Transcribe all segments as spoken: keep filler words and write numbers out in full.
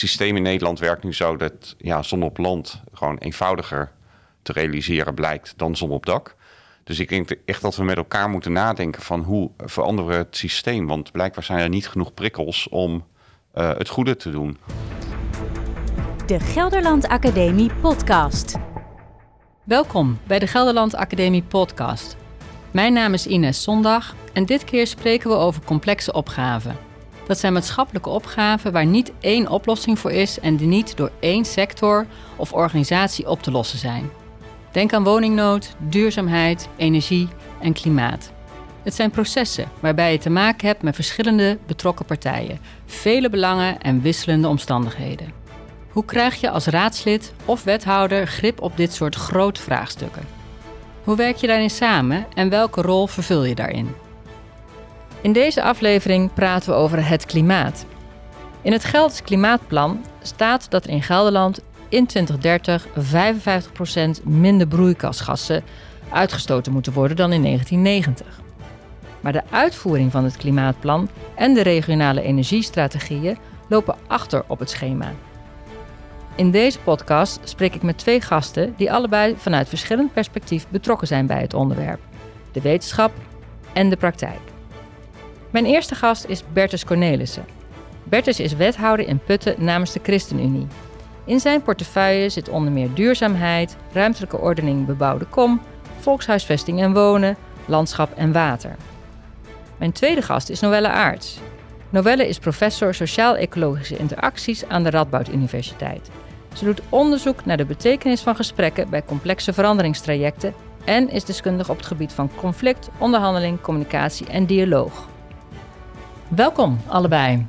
systeem in Nederland werkt nu zo dat ja, zon op land gewoon eenvoudiger te realiseren blijkt dan zon op dak. Dus ik denk echt dat we met elkaar moeten nadenken van hoe veranderen we het systeem. Want blijkbaar zijn er niet genoeg prikkels om uh, het goede te doen. De Gelderland Academie Podcast. Welkom bij de Gelderland Academie Podcast. Mijn naam is Ines Zondag en dit keer spreken we over complexe opgaven. Dat zijn maatschappelijke opgaven waar niet één oplossing voor is en die niet door één sector of organisatie op te lossen zijn. Denk aan woningnood, duurzaamheid, energie en klimaat. Het zijn processen waarbij je te maken hebt met verschillende betrokken partijen, vele belangen en wisselende omstandigheden. Hoe krijg je als raadslid of wethouder grip op dit soort grote vraagstukken? Hoe werk je daarin samen en welke rol vervul je daarin? In deze aflevering praten we over het klimaat. In het Gelders Klimaatplan staat dat er in Gelderland in twintig dertig vijfenvijftig procent minder broeikasgassen uitgestoten moeten worden dan in negentien negentig. Maar de uitvoering van het klimaatplan en de regionale energiestrategieën lopen achter op het schema. In deze podcast spreek ik met twee gasten die allebei vanuit verschillend perspectief betrokken zijn bij het onderwerp. De wetenschap en de praktijk. Mijn eerste gast is Bertus Cornelissen. Bertus is wethouder in Putten namens de ChristenUnie. In zijn portefeuille zit onder meer duurzaamheid, ruimtelijke ordening bebouwde kom, volkshuisvesting en wonen, landschap en water. Mijn tweede gast is Noelle Aarts. Noelle is professor sociaal-ecologische interacties aan de Radboud Universiteit. Ze doet onderzoek naar de betekenis van gesprekken bij complexe veranderingstrajecten en is deskundig op het gebied van conflict, onderhandeling, communicatie en dialoog. Welkom allebei.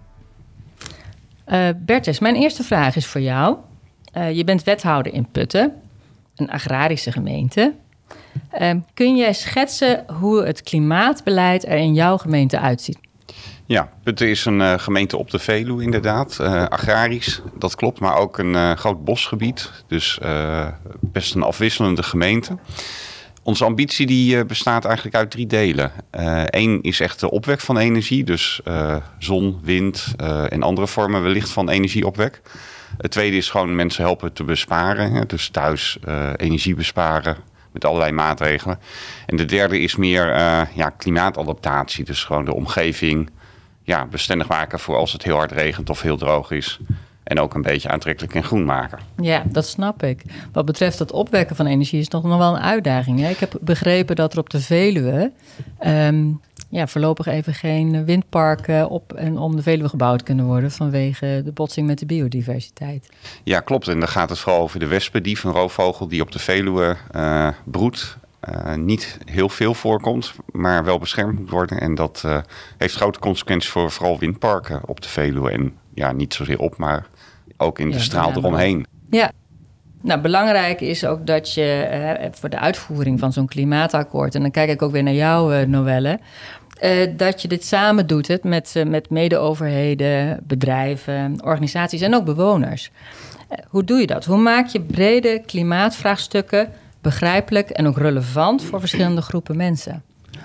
Uh, Bertus, mijn eerste vraag is voor jou. Uh, je bent wethouder in Putten, een agrarische gemeente. Uh, kun jij schetsen hoe het klimaatbeleid er in jouw gemeente uitziet? Ja, Putten is een uh, gemeente op de Veluwe inderdaad. Uh, agrarisch, dat klopt, maar ook een uh, groot bosgebied. Dus uh, best een afwisselende gemeente. Onze ambitie die uh, bestaat eigenlijk uit drie delen. Eén uh, is echt de opwek van energie, dus uh, zon, wind uh, en andere vormen wellicht van energieopwek. Het tweede is gewoon mensen helpen te besparen, hè, dus thuis uh, energie besparen met allerlei maatregelen. En de derde is meer uh, ja, klimaatadaptatie, dus gewoon de omgeving ja, bestendig maken voor als het heel hard regent of heel droog is. En ook een beetje aantrekkelijk en groen maken. Ja, dat snap ik. Wat betreft het opwekken van energie is toch nog wel een uitdaging. Hè? Ik heb begrepen dat er op de Veluwe um, ja, voorlopig even geen windparken op en om de Veluwe gebouwd kunnen worden vanwege de botsing met de biodiversiteit. Ja, klopt. En dan gaat het vooral over de wespendief, een roofvogel die op de Veluwe uh, broedt. Uh, niet heel veel voorkomt, maar wel beschermd moet worden. En dat uh, heeft grote consequenties voor vooral windparken op de Veluwe. En ja, niet zozeer op, maar ook in de ja, straal eromheen. Ja, nou belangrijk is ook dat je uh, voor de uitvoering van zo'n klimaatakkoord, en dan kijk ik ook weer naar jou, uh, Noelle, uh, dat je dit samen doet het met, uh, met mede-overheden, bedrijven, organisaties en ook bewoners. Uh, hoe doe je dat? Hoe maak je brede klimaatvraagstukken begrijpelijk en ook relevant voor verschillende groepen mensen?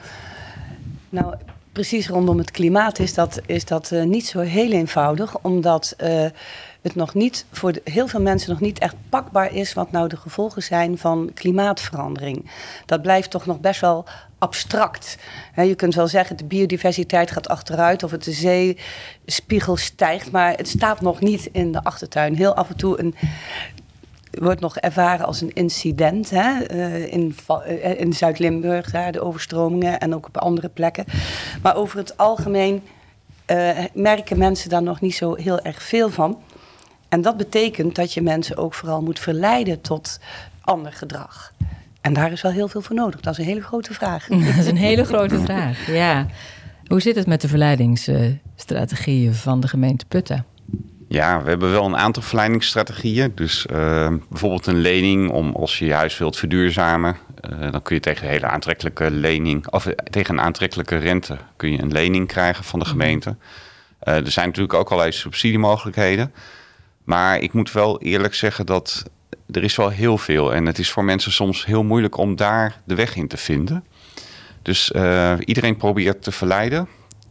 Nou, precies rondom het klimaat is dat, is dat uh, niet zo heel eenvoudig, omdat uh, het nog niet voor de, heel veel mensen nog niet echt pakbaar is wat nou de gevolgen zijn van klimaatverandering. Dat blijft toch nog best wel abstract. He, je kunt wel zeggen, de biodiversiteit gaat achteruit of het de zeespiegel stijgt, maar het staat nog niet in de achtertuin. Heel af en toe een wordt nog ervaren als een incident, hè? Uh, in, uh, in Zuid-Limburg, daar de overstromingen en ook op andere plekken. Maar over het algemeen uh, merken mensen daar nog niet zo heel erg veel van. En dat betekent dat je mensen ook vooral moet verleiden tot ander gedrag. En daar is wel heel veel voor nodig. Dat is een hele grote vraag. Dat is een hele grote vraag, ja. Hoe zit het met de verleidingsstrategieën van de gemeente Putten? Ja, we hebben wel een aantal verleidingsstrategieën. Dus uh, bijvoorbeeld een lening om als je je huis wilt verduurzamen. Uh, dan kun je tegen een hele aantrekkelijke lening, of tegen een aantrekkelijke rente kun je een lening krijgen van de gemeente. Uh, er zijn natuurlijk ook allerlei subsidiemogelijkheden. Maar ik moet wel eerlijk zeggen dat er is wel heel veel. En het is voor mensen soms heel moeilijk om daar de weg in te vinden. Dus uh, iedereen probeert te verleiden.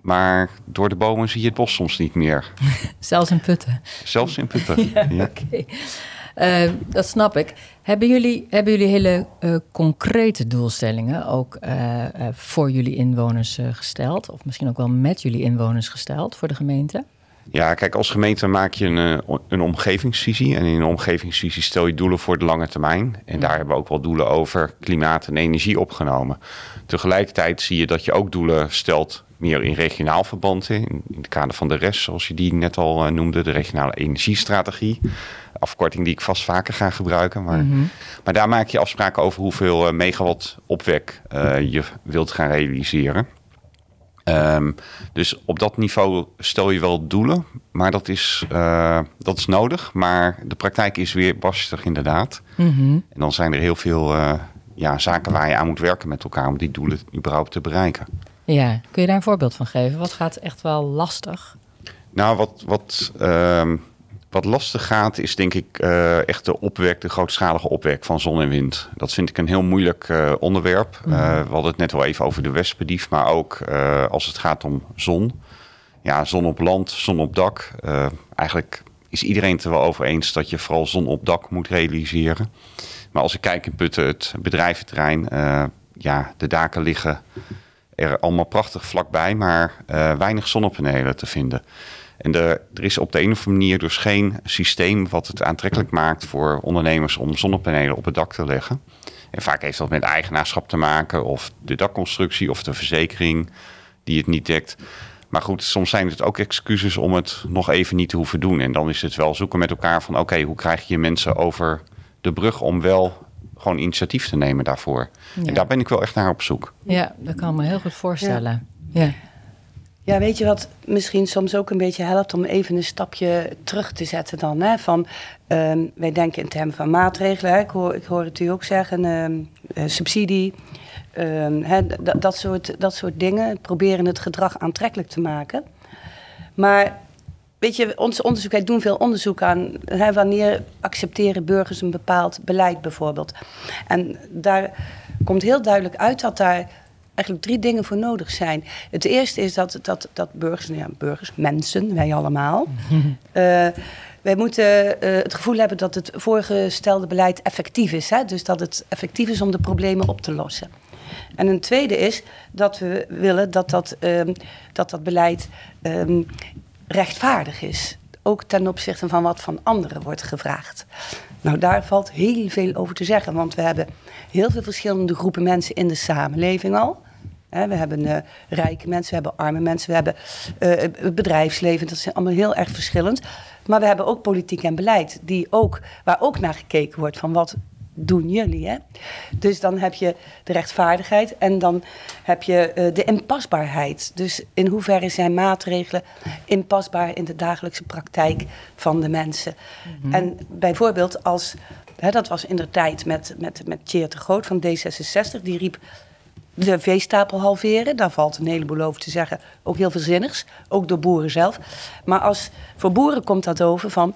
Maar door de bomen zie je het bos soms niet meer. Zelfs in Putten. Zelfs in Putten. ja, ja. Oké. Okay. Uh, dat snap ik. Hebben jullie, hebben jullie hele uh, concrete doelstellingen ook uh, uh, voor jullie inwoners uh, gesteld? Of misschien ook wel met jullie inwoners gesteld voor de gemeente? Ja, kijk, als gemeente maak je een, een omgevingsvisie. En in een omgevingsvisie stel je doelen voor de lange termijn. En daar hebben we ook wel doelen over klimaat en energie opgenomen. Tegelijkertijd zie je dat je ook doelen stelt meer in regionaal verband. In, in het kader van de R E S, zoals je die net al uh, noemde. De regionale energiestrategie. Afkorting die ik vast vaker ga gebruiken. Maar, mm-hmm. maar daar maak je afspraken over hoeveel uh, megawatt opwek uh, je wilt gaan realiseren. Um, dus op dat niveau stel je wel doelen, maar dat is, uh, dat is nodig. Maar de praktijk is weer barstig inderdaad. Mm-hmm. En dan zijn er heel veel uh, ja, zaken waar je aan moet werken met elkaar om die doelen überhaupt te bereiken. Ja, kun je daar een voorbeeld van geven? Wat gaat echt wel lastig? Nou, wat, wat, uh, wat lastig gaat is denk ik uh, echt de opwek, de grootschalige opwek van zon en wind. Dat vind ik een heel moeilijk uh, onderwerp. Mm. Uh, we hadden het net wel even over de wespendief, maar ook uh, als het gaat om zon. Ja, zon op land, zon op dak. Uh, eigenlijk is iedereen het er wel over eens dat je vooral zon op dak moet realiseren. Maar als ik kijk in Putten, het bedrijventerrein, uh, ja, de daken liggen er allemaal prachtig vlakbij, maar uh, weinig zonnepanelen te vinden. En de, er is op de een of andere manier dus geen systeem wat het aantrekkelijk maakt voor ondernemers om zonnepanelen op het dak te leggen. En vaak heeft dat met eigenaarschap te maken of de dakconstructie of de verzekering die het niet dekt. Maar goed, soms zijn het ook excuses om het nog even niet te hoeven doen. En dan is het wel zoeken met elkaar van oké, okay, hoe krijg je mensen over de brug om wel gewoon initiatief te nemen daarvoor. Ja. En daar ben ik wel echt naar op zoek. Ja, dat kan ik me heel goed voorstellen. Ja. Ja. Ja, weet je wat misschien soms ook een beetje helpt om even een stapje terug te zetten dan. Hè? Van, um, wij denken in termen van maatregelen. Hè? Ik, hoor, ik hoor het u ook zeggen, um, uh, subsidie, um, hè? D- dat, soort, dat soort dingen. Proberen het gedrag aantrekkelijk te maken. Maar weet je, ons onderzoek, wij doen veel onderzoek aan hè, wanneer accepteren burgers een bepaald beleid bijvoorbeeld. En daar komt heel duidelijk uit dat daar eigenlijk drie dingen voor nodig zijn. Het eerste is dat, dat, dat burgers, ja, burgers, mensen, wij allemaal, uh, wij moeten uh, het gevoel hebben dat het voorgestelde beleid effectief is. Hè? Dus dat het effectief is om de problemen op te lossen. En een tweede is dat we willen dat dat, um, dat, dat beleid um, rechtvaardig is. Ook ten opzichte van wat van anderen wordt gevraagd. Nou, daar valt heel veel over te zeggen. Want we hebben heel veel verschillende groepen mensen in de samenleving al. He, we hebben uh, rijke mensen, we hebben arme mensen, we hebben uh, het bedrijfsleven. Dat is allemaal heel erg verschillend. Maar we hebben ook politiek en beleid, die ook, waar ook naar gekeken wordt van wat doen jullie. Hè? Dus dan heb je de rechtvaardigheid en dan heb je uh, de inpasbaarheid. Dus in hoeverre zijn maatregelen inpasbaar in de dagelijkse praktijk van de mensen. Mm-hmm. En bijvoorbeeld als, hè, dat was in de tijd met, met, met Tjeerd de Groot van D zesenzestig, die riep de veestapel halveren. Daar valt een heleboel over te zeggen. Ook heel veel zinnigs, ook door boeren zelf. Maar als, voor boeren komt dat over van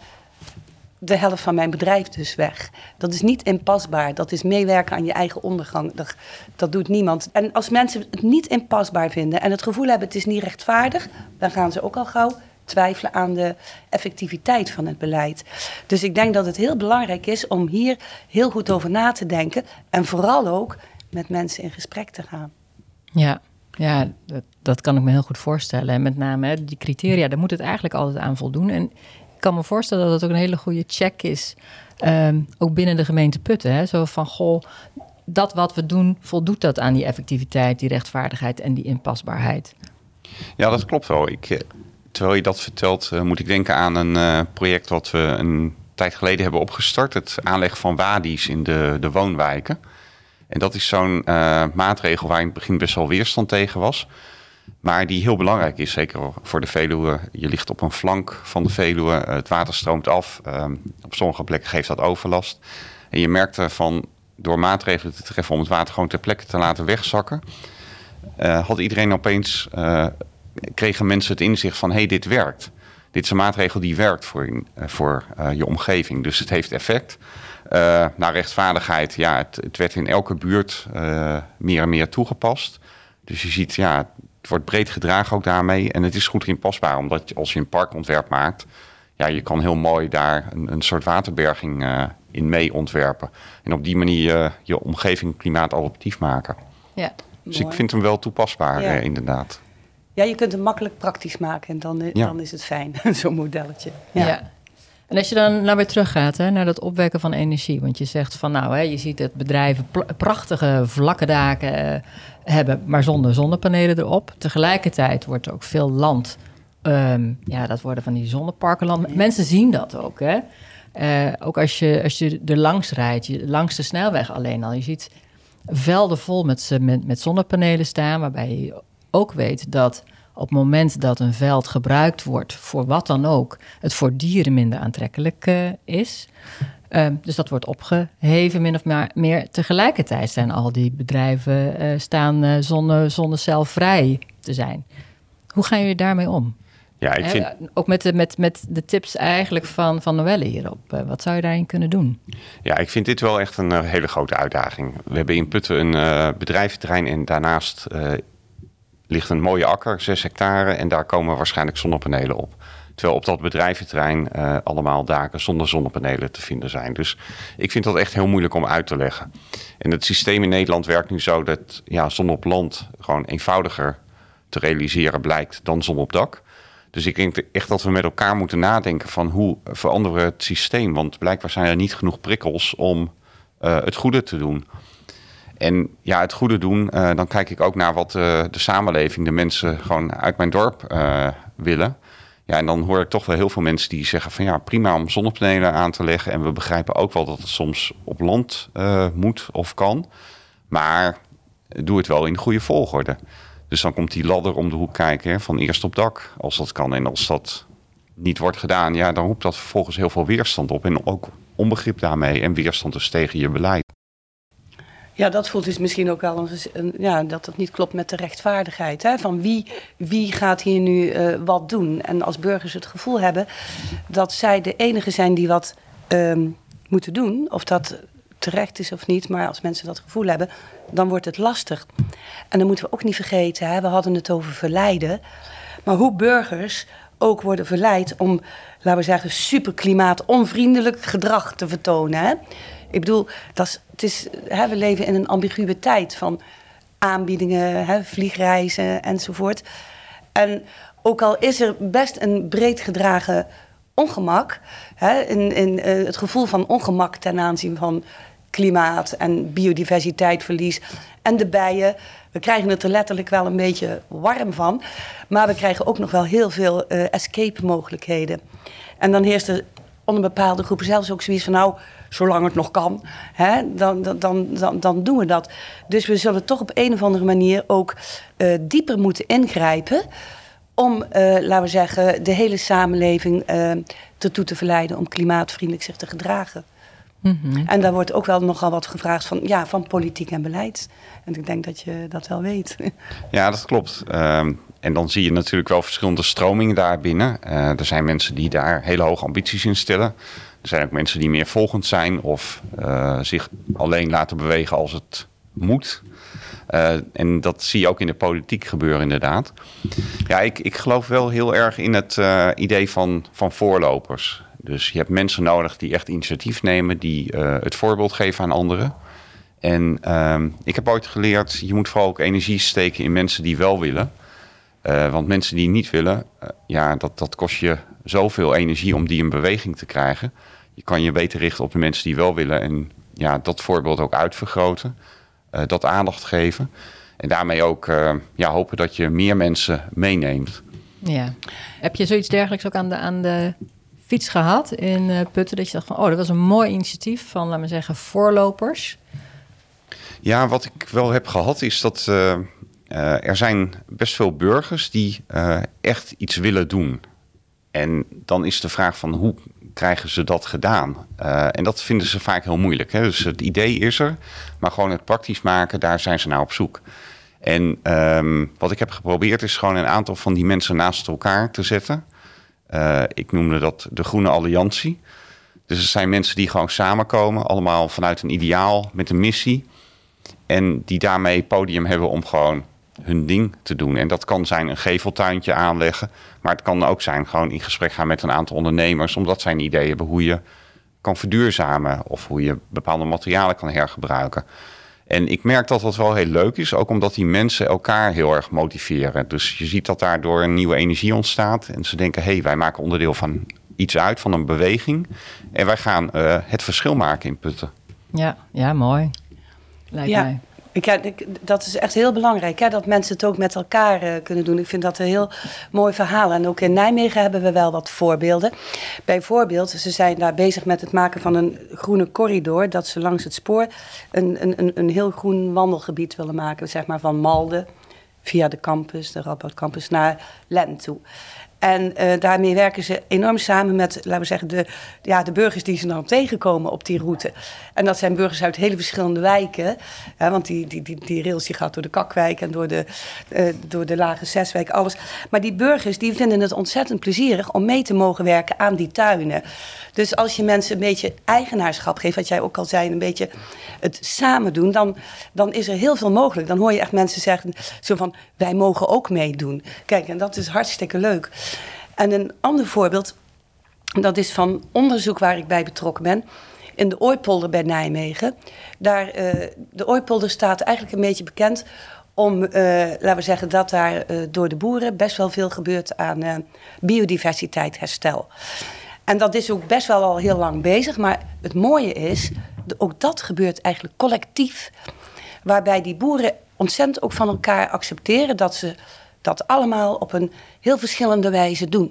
de helft van mijn bedrijf dus weg. Dat is niet inpasbaar. Dat is meewerken aan je eigen ondergang. Dat, dat doet niemand. En als mensen het niet inpasbaar vinden en het gevoel hebben het is niet rechtvaardig, dan gaan ze ook al gauw twijfelen aan de effectiviteit van het beleid. Dus ik denk dat het heel belangrijk is om hier heel goed over na te denken en vooral ook met mensen in gesprek te gaan. Ja, ja dat, dat kan ik me heel goed voorstellen. En met name hè, die criteria, daar moet het eigenlijk altijd aan voldoen. En ik kan me voorstellen dat het ook een hele goede check is, um, ook binnen de gemeente Putten. Hè? Zo van, goh, dat wat we doen, voldoet dat aan die effectiviteit, die rechtvaardigheid en die inpasbaarheid? Ja, dat klopt wel. Ik, terwijl je dat vertelt, uh, moet ik denken aan een uh, project wat we een tijd geleden hebben opgestart. Het aanleggen van wadi's in de, de woonwijken. En dat is zo'n uh, maatregel waar in het begin best wel weerstand tegen was. Maar die heel belangrijk is, zeker voor de Veluwe. Je ligt op een flank van de Veluwe, het water stroomt af. Um, op sommige plekken geeft dat overlast. En je merkte van, door maatregelen te treffen om het water gewoon ter plekke te laten wegzakken, Uh, had iedereen opeens, uh, kregen mensen het inzicht van, hé, hey, dit werkt. Dit is een maatregel die werkt voor, uh, voor uh, je omgeving. Dus het heeft effect. Uh, naar rechtvaardigheid, ja, het, het werd in elke buurt uh, meer en meer toegepast. Dus je ziet, ja, Het wordt breed gedragen ook daarmee. En het is goed inpasbaar, omdat je, als je een parkontwerp maakt... ja, je kan heel mooi daar een, een soort waterberging uh, in mee ontwerpen. En op die manier uh, je omgeving klimaatadaptief maken. Ja. Dus Mooi. ik vind hem wel toepasbaar, Ja. uh, inderdaad. Ja, je kunt hem makkelijk praktisch maken en dan, Ja. dan is het fijn, zo'n modelletje. Ja. Ja. En als je dan nou weer teruggaat hè, naar dat opwekken van energie. Want je zegt van nou, hè, je ziet dat bedrijven pl- prachtige vlakke daken uh, hebben, maar zonder zonnepanelen erop. Tegelijkertijd wordt er ook veel land, um, ja, dat worden van die zonneparken land. Ja. Mensen zien dat ook, hè. Uh, ook als je, als je er langs rijdt, je, langs de snelweg alleen al. Je ziet velden vol met, met, met zonnepanelen staan, waarbij je ook weet dat op het moment dat een veld gebruikt wordt voor wat dan ook, het voor dieren minder aantrekkelijk uh, is. Uh, dus dat wordt opgeheven min of meer. meer. Tegelijkertijd zijn al die bedrijven uh, staan uh, zonne, zonnecelvrij te zijn. Hoe gaan jullie daarmee om? Ja, ik vind... He, ook met de, met, met de tips eigenlijk van, van Noelle hierop. Uh, wat zou je daarin kunnen doen? Ja, ik vind dit wel echt een uh, hele grote uitdaging. We hebben in Putten een uh, bedrijventerrein en daarnaast uh, ligt een mooie akker, zes hectare. En daar komen waarschijnlijk zonnepanelen op. Terwijl op dat bedrijventerrein uh, allemaal daken zonder zonnepanelen te vinden zijn. Dus ik vind dat echt heel moeilijk om uit te leggen. En het systeem in Nederland werkt nu zo dat ja, zon op land gewoon eenvoudiger te realiseren blijkt dan zon op dak. Dus ik denk echt dat we met elkaar moeten nadenken van hoe veranderen we het systeem. Want blijkbaar zijn er niet genoeg prikkels om uh, het goede te doen. En ja, het goede doen, uh, dan kijk ik ook naar wat uh, de samenleving, de mensen gewoon uit mijn dorp uh, willen. Ja, en dan hoor ik toch wel heel veel mensen die zeggen van ja, prima om zonnepanelen aan te leggen. En we begrijpen ook wel dat het soms op land uh, moet of kan. Maar doe het wel in de goede volgorde. Dus dan komt die ladder om de hoek kijken, hè, van eerst op dak, als dat kan. En als dat niet wordt gedaan, ja, dan roept dat vervolgens heel veel weerstand op. En ook onbegrip daarmee en weerstand dus tegen je beleid. Ja, dat voelt dus misschien ook wel een, een, ja, dat het niet klopt met de rechtvaardigheid. Hè? Van wie, wie gaat hier nu uh, wat doen? En als burgers het gevoel hebben dat zij de enige zijn die wat um, moeten doen, of dat terecht is of niet, maar als mensen dat gevoel hebben, dan wordt het lastig. En dan moeten we ook niet vergeten, hè? We hadden het over verleiden, maar hoe burgers ook worden verleid om, laten we zeggen, super klimaatonvriendelijk gedrag te vertonen. Hè? Ik bedoel, dat is, het is, hè, we leven in een ambiguë tijd van aanbiedingen, hè, vliegreizen enzovoort. En ook al is er best een breed gedragen ongemak, hè, in, in, uh, het gevoel van ongemak ten aanzien van klimaat en biodiversiteitverlies en de bijen. We krijgen het er letterlijk wel een beetje warm van, maar we krijgen ook nog wel heel veel uh, escape-mogelijkheden. En dan heerst er onder bepaalde groepen zelfs ook zoiets van nou, zolang het nog kan, hè, dan, dan, dan, dan doen we dat. Dus we zullen toch op een of andere manier ook uh, dieper moeten ingrijpen om, uh, laten we zeggen, de hele samenleving uh, ertoe te verleiden om klimaatvriendelijk zich te gedragen. Mm-hmm. En daar wordt ook wel nogal wat gevraagd van, ja, van politiek en beleid. En ik denk dat je dat wel weet. Ja, dat klopt. Um, en dan zie je natuurlijk wel verschillende stromingen daarbinnen. Uh, er zijn mensen die daar hele hoge ambities in stellen. Er zijn ook mensen die meer volgend zijn of uh, zich alleen laten bewegen als het moet. Uh, en dat zie je ook in de politiek gebeuren inderdaad. Ja, ik, ik geloof wel heel erg in het uh, idee van, van voorlopers. Dus je hebt mensen nodig die echt initiatief nemen, die uh, het voorbeeld geven aan anderen. En uh, ik heb ooit geleerd, je moet vooral ook energie steken in mensen die wel willen. Uh, want mensen die niet willen, uh, ja, dat, dat kost je zoveel energie om die in beweging te krijgen. Je kan je beter richten op de mensen die wel willen en ja, dat voorbeeld ook uitvergroten. Uh, dat aandacht geven. En daarmee ook uh, ja, hopen dat je meer mensen meeneemt. Ja. Heb je zoiets dergelijks ook aan de, aan de fiets gehad in uh, Putten? Dat je dacht van, oh, dat was een mooi initiatief van, laten we zeggen, voorlopers. Ja, wat ik wel heb gehad is dat uh, uh, er zijn best veel burgers die uh, echt iets willen doen. En dan is de vraag van hoe krijgen ze dat gedaan? Uh, en dat vinden ze vaak heel moeilijk. Hè? Dus het idee is er, maar gewoon het praktisch maken, daar zijn ze naar op zoek. En um, wat ik heb geprobeerd is gewoon een aantal van die mensen naast elkaar te zetten. Uh, ik noemde dat de Groene Alliantie. Dus het zijn mensen die gewoon samenkomen, allemaal vanuit een ideaal, met een missie. En die daarmee podium hebben om gewoon hun ding te doen. En dat kan zijn een geveltuintje aanleggen. Maar het kan ook zijn gewoon in gesprek gaan met een aantal ondernemers. Omdat zij een idee hebben hoe je kan verduurzamen. Of hoe je bepaalde materialen kan hergebruiken. En ik merk dat dat wel heel leuk is. Ook omdat die mensen elkaar heel erg motiveren. Dus je ziet dat daardoor een nieuwe energie ontstaat. En ze denken, hé, hey, wij maken onderdeel van iets uit, van een beweging. En wij gaan uh, het verschil maken in Putten. Ja, ja, mooi. Lijkt ja. mij. Ik, ik, dat is echt heel belangrijk, hè, dat mensen het ook met elkaar uh, kunnen doen. Ik vind dat een heel mooi verhaal. En ook in Nijmegen hebben we wel wat voorbeelden. Bijvoorbeeld, ze zijn daar bezig met het maken van een groene corridor. Dat ze langs het spoor een, een, een heel groen wandelgebied willen maken. Zeg maar van Malden via de campus, de Radboud Campus, naar Lent toe. En uh, daarmee werken ze enorm samen met, laten we zeggen, de, ja, de burgers die ze dan tegenkomen op die route. En dat zijn burgers uit hele verschillende wijken. Hè, want die, die, die, die rails die gaat door de Kakwijk en door de, uh, door de Lage Zeswijk, alles. Maar die burgers die vinden het ontzettend plezierig om mee te mogen werken aan die tuinen. Dus als je mensen een beetje eigenaarschap geeft, wat jij ook al zei, een beetje het samen doen, dan, dan is er heel veel mogelijk. Dan hoor je echt mensen zeggen zo van, wij mogen ook meedoen. Kijk, en dat is hartstikke leuk. En een ander voorbeeld, dat is van onderzoek waar ik bij betrokken ben, in de Ooipolder bij Nijmegen. Daar, uh, de Ooipolder staat eigenlijk een beetje bekend om, uh, laten we zeggen, dat daar uh, door de boeren best wel veel gebeurt aan uh, biodiversiteitsherstel. En dat is ook best wel al heel lang bezig, maar het mooie is, ook dat gebeurt eigenlijk collectief, waarbij die boeren ontzettend ook van elkaar accepteren dat ze dat allemaal op een heel verschillende wijze doen.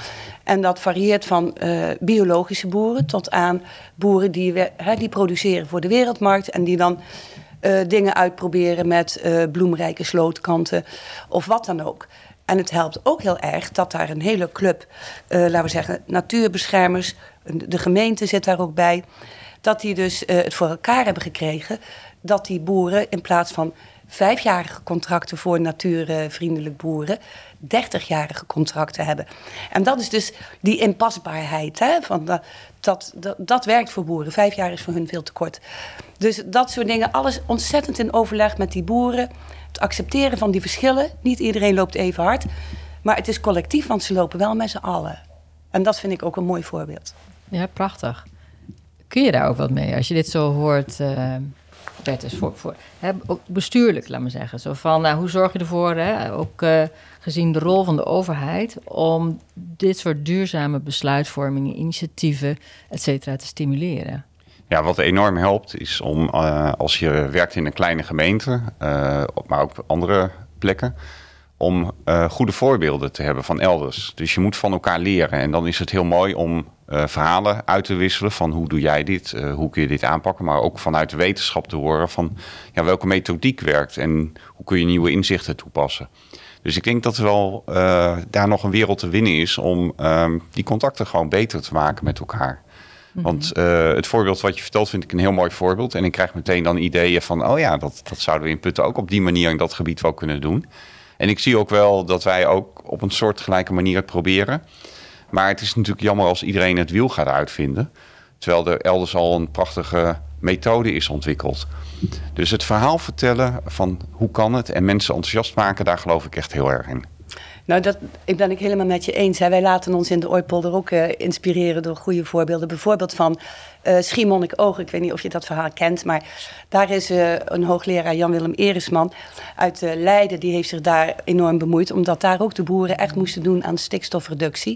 En dat varieert van uh, biologische boeren tot aan boeren die, we, hè, die produceren voor de wereldmarkt en die dan uh, dingen uitproberen met uh, bloemrijke slootkanten of wat dan ook. En het helpt ook heel erg dat daar een hele club, uh, laten we zeggen, natuurbeschermers, de gemeente zit daar ook bij, dat die dus uh, het voor elkaar hebben gekregen dat die boeren in plaats van vijfjarige contracten voor natuurvriendelijk boeren dertigjarige contracten hebben. En dat is dus die inpasbaarheid. Hè, van dat, dat, dat, dat werkt voor boeren. Vijf jaar is voor hun veel te kort. Dus dat soort dingen, alles ontzettend in overleg met die boeren. Het accepteren van die verschillen. Niet iedereen loopt even hard. Maar het is collectief, want ze lopen wel met z'n allen. En dat vind ik ook een mooi voorbeeld. Ja, prachtig. Kun je daar ook wat mee als je dit zo hoort? Uh... Dat is voor, voor hè, ook bestuurlijk, laat maar zeggen. Zo van, nou, hoe zorg je ervoor, hè, ook uh, gezien de rol van de overheid, om dit soort duurzame besluitvormingen, initiatieven, et cetera, te stimuleren? Ja, wat enorm helpt is om, uh, als je werkt in een kleine gemeente, uh, maar ook op andere plekken, om uh, goede voorbeelden te hebben van elders. Dus je moet van elkaar leren. En dan is het heel mooi om uh, verhalen uit te wisselen van hoe doe jij dit, uh, hoe kun je dit aanpakken, maar ook vanuit de wetenschap te horen van ja, welke methodiek werkt en hoe kun je nieuwe inzichten toepassen. Dus ik denk dat er wel uh, daar nog een wereld te winnen is om uh, die contacten gewoon beter te maken met elkaar. Mm-hmm. Want uh, het voorbeeld wat je vertelt vind ik een heel mooi voorbeeld. En ik krijg meteen dan ideeën van, oh ja, dat, dat zouden we in Putten ook op die manier in dat gebied wel kunnen doen. En ik zie ook wel dat wij ook op een soortgelijke manier het proberen. Maar het is natuurlijk jammer als iedereen het wiel gaat uitvinden. Terwijl er elders al een prachtige methode is ontwikkeld. Dus het verhaal vertellen van hoe kan het en mensen enthousiast maken, daar geloof ik echt heel erg in. Nou, dat ik ben ik helemaal met je eens. Hè. Wij laten ons in de Ooipolder ook uh, inspireren door goede voorbeelden. Bijvoorbeeld van uh, Schiermonnik-Oog. Ik weet niet of je dat verhaal kent, maar daar is uh, een hoogleraar, Jan-Willem Eresman, uit uh, Leiden. Die heeft zich daar enorm bemoeid, omdat daar ook de boeren echt moesten doen aan stikstofreductie.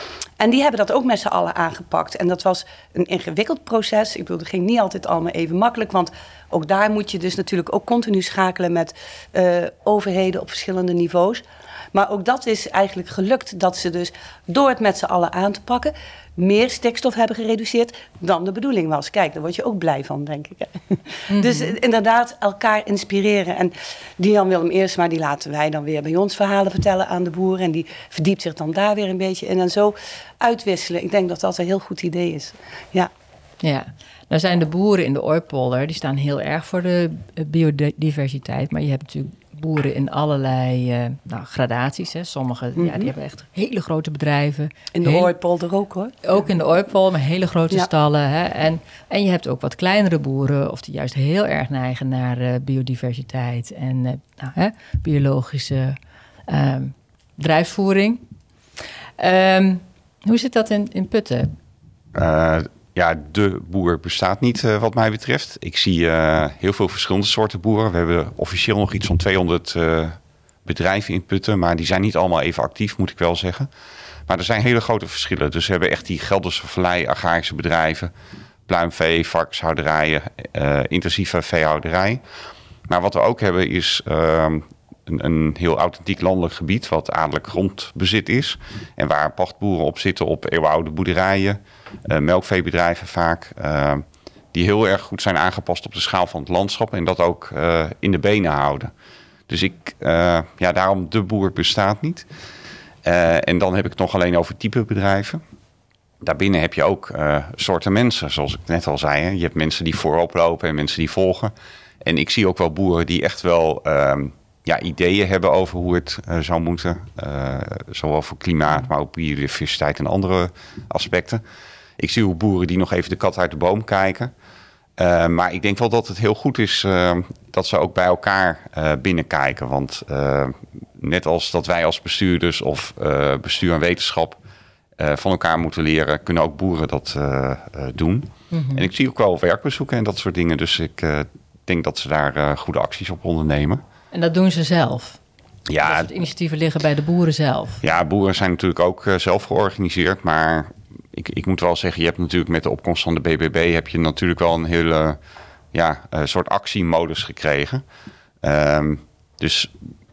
En die hebben dat ook met z'n allen aangepakt. En dat was een ingewikkeld proces. Ik bedoel, het ging niet altijd allemaal even makkelijk. Want ook daar moet je dus natuurlijk ook continu schakelen met uh, overheden op verschillende niveaus. Maar ook dat is eigenlijk gelukt, dat ze dus door het met z'n allen aan te pakken meer stikstof hebben gereduceerd dan de bedoeling was. Kijk, daar word je ook blij van, denk ik. Mm-hmm. Dus inderdaad elkaar inspireren. En die Jan-Willem Eresma, die laten wij dan weer bij ons verhalen vertellen aan de boeren. En die verdiept zich dan daar weer een beetje in. En zo uitwisselen. Ik denk dat dat een heel goed idee is. Ja. Ja, nou zijn de boeren in de Ooipolder, die staan heel erg voor de biodiversiteit. Maar je hebt natuurlijk boeren in allerlei uh, nou, gradaties. Hè. Sommigen mm-hmm. ja, die hebben echt hele grote bedrijven. In de Heel, Ooipolder ook hoor. Ook in de Ooipolder met hele grote ja. stallen. Hè. En, en je hebt ook wat kleinere boeren, of die juist heel erg neigen naar uh, biodiversiteit en uh, nou, hè, biologische uh, bedrijfsvoering. Um, hoe zit dat in, in Putten? Uh, ja, de boer bestaat niet uh, wat mij betreft. Ik zie uh, heel veel verschillende soorten boeren. We hebben officieel nog iets van tweehonderd uh, bedrijven in Putten, maar die zijn niet allemaal even actief, moet ik wel zeggen. Maar er zijn hele grote verschillen. Dus we hebben echt die Gelderse Vallei, agrarische bedrijven, pluimvee, varkenshouderijen, uh, intensieve veehouderij. Maar wat we ook hebben is uh, een, een heel authentiek landelijk gebied, wat adellijk grondbezit is. En waar pachtboeren op zitten op eeuwenoude boerderijen, uh, melkveebedrijven vaak, uh, die heel erg goed zijn aangepast op de schaal van het landschap en dat ook uh, in de benen houden. Dus ik, uh, ja, daarom de boer bestaat niet. Uh, en dan heb ik het nog alleen over type bedrijven. Daarbinnen heb je ook uh, soorten mensen, zoals ik net al zei. Hè. Je hebt mensen die voorop lopen en mensen die volgen. En ik zie ook wel boeren die echt wel uh, ja, ideeën hebben over hoe het uh, zou moeten. Uh, zowel voor klimaat, maar ook biodiversiteit en andere aspecten. Ik zie ook boeren die nog even de kat uit de boom kijken. Uh, maar ik denk wel dat het heel goed is uh, dat ze ook bij elkaar uh, binnenkijken. Want uh, net als dat wij als bestuurders of uh, bestuur en wetenschap uh, van elkaar moeten leren, kunnen ook boeren dat uh, uh, doen. Mm-hmm. En ik zie ook wel werkbezoeken en dat soort dingen. Dus ik uh, denk dat ze daar uh, goede acties op ondernemen. En dat doen ze zelf? Ja, dat soort initiatieven liggen bij de boeren zelf? Ja, boeren zijn natuurlijk ook uh, zelf georganiseerd, maar Ik, ik moet wel zeggen, je hebt natuurlijk met de opkomst van de B B B heb je natuurlijk wel een hele ja, uh, soort actiemodus gekregen. Um, dus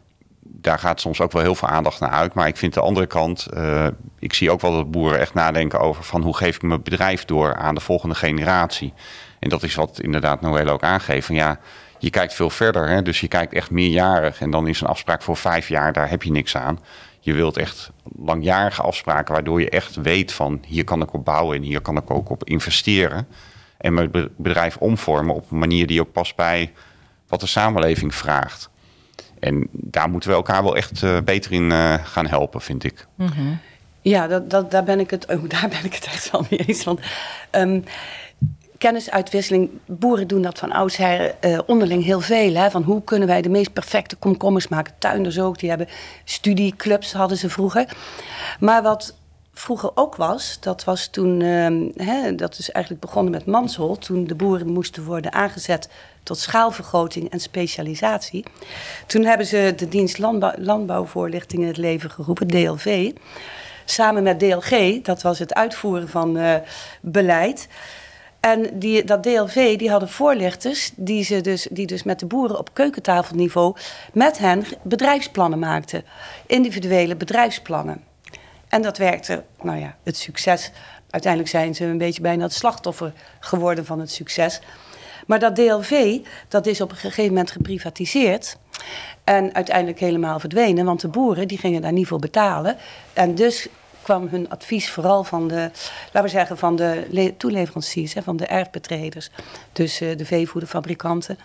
daar gaat soms ook wel heel veel aandacht naar uit. Maar ik vind de andere kant, uh, ik zie ook wel dat boeren echt nadenken over van hoe geef ik mijn bedrijf door aan de volgende generatie. En dat is wat inderdaad Noëlle ook aangeeft. Van ja, je kijkt veel verder, hè? Dus je kijkt echt meerjarig. En dan is een afspraak voor vijf jaar, daar heb je niks aan. Je wilt echt langjarige afspraken, waardoor je echt weet van hier kan ik op bouwen en hier kan ik ook op investeren. En mijn bedrijf omvormen op een manier die ook past bij wat de samenleving vraagt. En daar moeten we elkaar wel echt uh, beter in uh, gaan helpen, vind ik. Mm-hmm. Ja, dat, dat, daar, ben ik het, oh, daar ben ik het echt wel mee eens. Want um, kennisuitwisseling, boeren doen dat van oudsher uh, onderling heel veel. Hè? Van hoe kunnen wij de meest perfecte komkommers maken. Tuinders ook, die hebben studieclubs hadden ze vroeger. Maar wat vroeger ook was, dat was toen, uh, hè, dat is eigenlijk begonnen met Mansholt, toen de boeren moesten worden aangezet tot schaalvergroting en specialisatie. Toen hebben ze de dienst landbouw, landbouwvoorlichting in het leven geroepen, D L V. Samen met D L G, dat was het uitvoeren van uh, beleid. En die, dat D L V, die hadden voorlichters die, ze dus, die dus met de boeren op keukentafelniveau met hen bedrijfsplannen maakten. Individuele bedrijfsplannen. En dat werkte, nou ja, het succes. Uiteindelijk zijn ze een beetje bijna het slachtoffer geworden van het succes. Maar dat D L V, dat is op een gegeven moment geprivatiseerd. En uiteindelijk helemaal verdwenen. Want de boeren, die gingen daar niet voor betalen. En dus kwam hun advies vooral van de, laten we zeggen, van de le- toeleveranciers, hè, van de erfbetreders. Dus uh, de veevoederfabrikanten.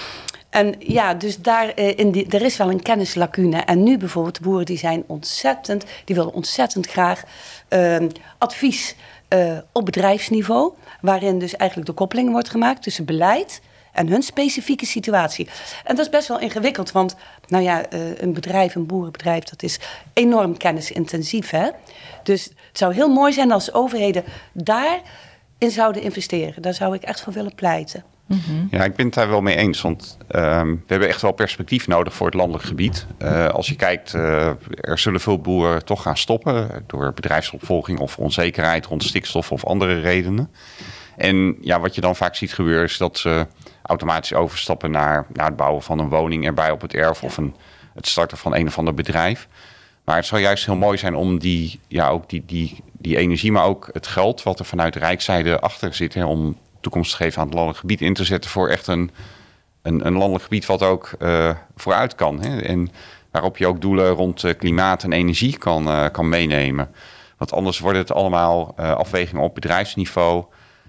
En ja, dus daar, uh, in die, er is wel een kennislacune. En nu bijvoorbeeld, de boeren die zijn ontzettend, die willen ontzettend graag uh, advies uh, op bedrijfsniveau. Waarin dus eigenlijk de koppeling wordt gemaakt tussen beleid en hun specifieke situatie. En dat is best wel ingewikkeld, want nou ja, uh, een bedrijf, een boerenbedrijf, dat is enorm kennisintensief, hè? Dus het zou heel mooi zijn als overheden daarin zouden investeren. Daar zou ik echt voor willen pleiten. Mm-hmm. Ja, ik ben het daar wel mee eens, want uh, we hebben echt wel perspectief nodig voor het landelijk gebied. Uh, als je kijkt, uh, er zullen veel boeren toch gaan stoppen door bedrijfsopvolging of onzekerheid rond stikstof of andere redenen. En ja, wat je dan vaak ziet gebeuren is dat ze automatisch overstappen naar, naar het bouwen van een woning erbij op het erf of een, het starten van een of ander bedrijf. Maar het zou juist heel mooi zijn om die, ja, ook die, die, die energie, maar ook het geld wat er vanuit de rijkszijde achter zit, hè, om toekomst te geven aan het landelijk gebied in te zetten voor echt een, een, een landelijk gebied wat ook uh, vooruit kan. Hè, en waarop je ook doelen rond uh, klimaat en energie kan, uh, kan meenemen. Want anders wordt het allemaal uh, afwegingen op bedrijfsniveau.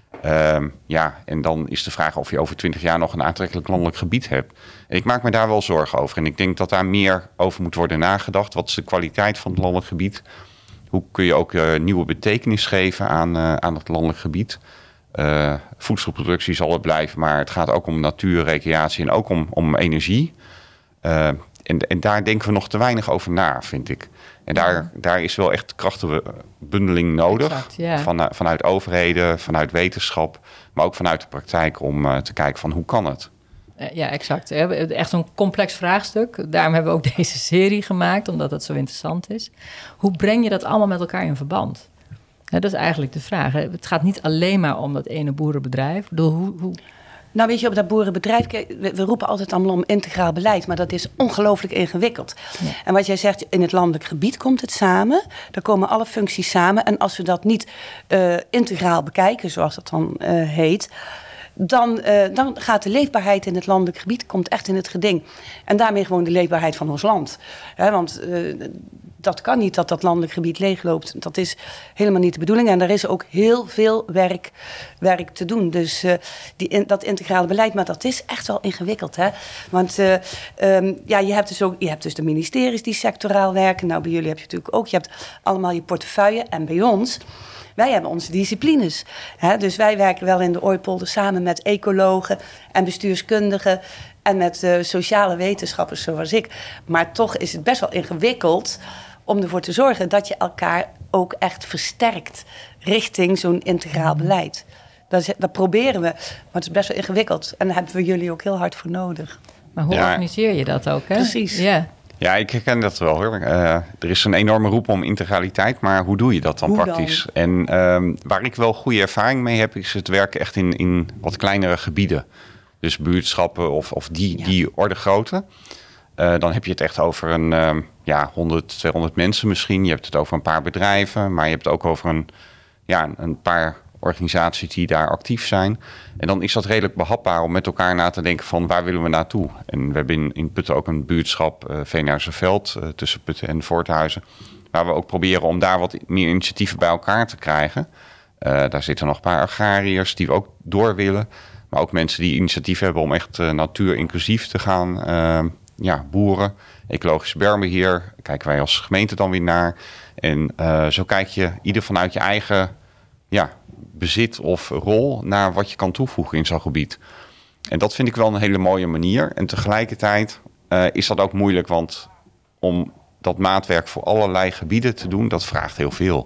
Uh, ja, en dan is de vraag of je over twintig jaar nog een aantrekkelijk landelijk gebied hebt. En ik maak me daar wel zorgen over. En ik denk dat daar meer over moet worden nagedacht. Wat is de kwaliteit van het landelijk gebied? Hoe kun je ook uh, nieuwe betekenis geven aan, uh, aan het landelijk gebied? Uh, voedselproductie zal het blijven, maar het gaat ook om natuur, recreatie en ook om, om energie. Uh, en, en daar denken we nog te weinig over na, vind ik. En daar, daar is wel echt krachtenbundeling nodig. Exact, ja. Van, vanuit overheden, vanuit wetenschap, maar ook vanuit de praktijk om uh, te kijken van hoe kan het? Ja, exact. Echt een complex vraagstuk. Daarom hebben we ook deze serie gemaakt, omdat het zo interessant is. Hoe breng je dat allemaal met elkaar in verband? Ja, dat is eigenlijk de vraag. Het gaat niet alleen maar om dat ene boerenbedrijf. Ik bedoel, hoe, hoe... Nou weet je, op dat boerenbedrijf, we, we roepen altijd allemaal om integraal beleid, maar dat is ongelooflijk ingewikkeld. Ja. En wat jij zegt, in het landelijk gebied komt het samen, daar komen alle functies samen. En als we dat niet uh, integraal bekijken, zoals dat dan uh, heet, dan, uh, dan gaat de leefbaarheid in het landelijk gebied komt echt in het geding. En daarmee gewoon de leefbaarheid van ons land. He, want uh, dat kan niet dat dat landelijk gebied leegloopt. Dat is helemaal niet de bedoeling. En er is ook heel veel werk, werk te doen. Dus uh, die in, dat integrale beleid, maar dat is echt wel ingewikkeld. Hè? Want uh, um, ja, je, hebt dus ook, je hebt dus de ministeries die sectoraal werken. Nou, bij jullie heb je natuurlijk ook. Je hebt allemaal je portefeuille. En bij ons, wij hebben onze disciplines. Hè? Dus wij werken wel in de Ooypolder samen met ecologen en bestuurskundigen en met uh, sociale wetenschappers zoals ik. Maar toch is het best wel ingewikkeld om ervoor te zorgen dat je elkaar ook echt versterkt richting zo'n integraal beleid. Dat, is, dat proberen we, maar het is best wel ingewikkeld. En daar hebben we jullie ook heel hard voor nodig. Maar hoe ja. organiseer je dat ook, hè? Precies. Ja. Ja, ik herken dat wel hoor. Uh, er is een enorme roep om integraliteit, maar hoe doe je dat dan hoe praktisch? Dan? En um, waar ik wel goede ervaring mee heb, is het werken echt in, in wat kleinere gebieden. Dus buurtschappen of, of die, ja. die orde grootte. Uh, dan heb je het echt over een um, ja, honderd, tweehonderd mensen misschien. Je hebt het over een paar bedrijven, maar je hebt het ook over een, ja, een paar organisaties die daar actief zijn. En dan is dat redelijk behapbaar om met elkaar na te denken van waar willen we naartoe? En we hebben in, in Putten ook een buurtschap, uh, Veenhuizenveld, uh, tussen Putten en Voorthuizen, waar we ook proberen om daar wat meer initiatieven bij elkaar te krijgen. Uh, daar zitten nog een paar agrariërs die we ook door willen. Maar ook mensen die initiatief hebben om echt uh, natuurinclusief te gaan uh, ja, boeren. Ecologisch bermbeheer, kijken wij als gemeente dan weer naar. En uh, zo kijk je ieder vanuit je eigen ja, bezit of rol naar wat je kan toevoegen in zo'n gebied. En dat vind ik wel een hele mooie manier. En tegelijkertijd uh, is dat ook moeilijk, want om dat maatwerk voor allerlei gebieden te doen, dat vraagt heel veel.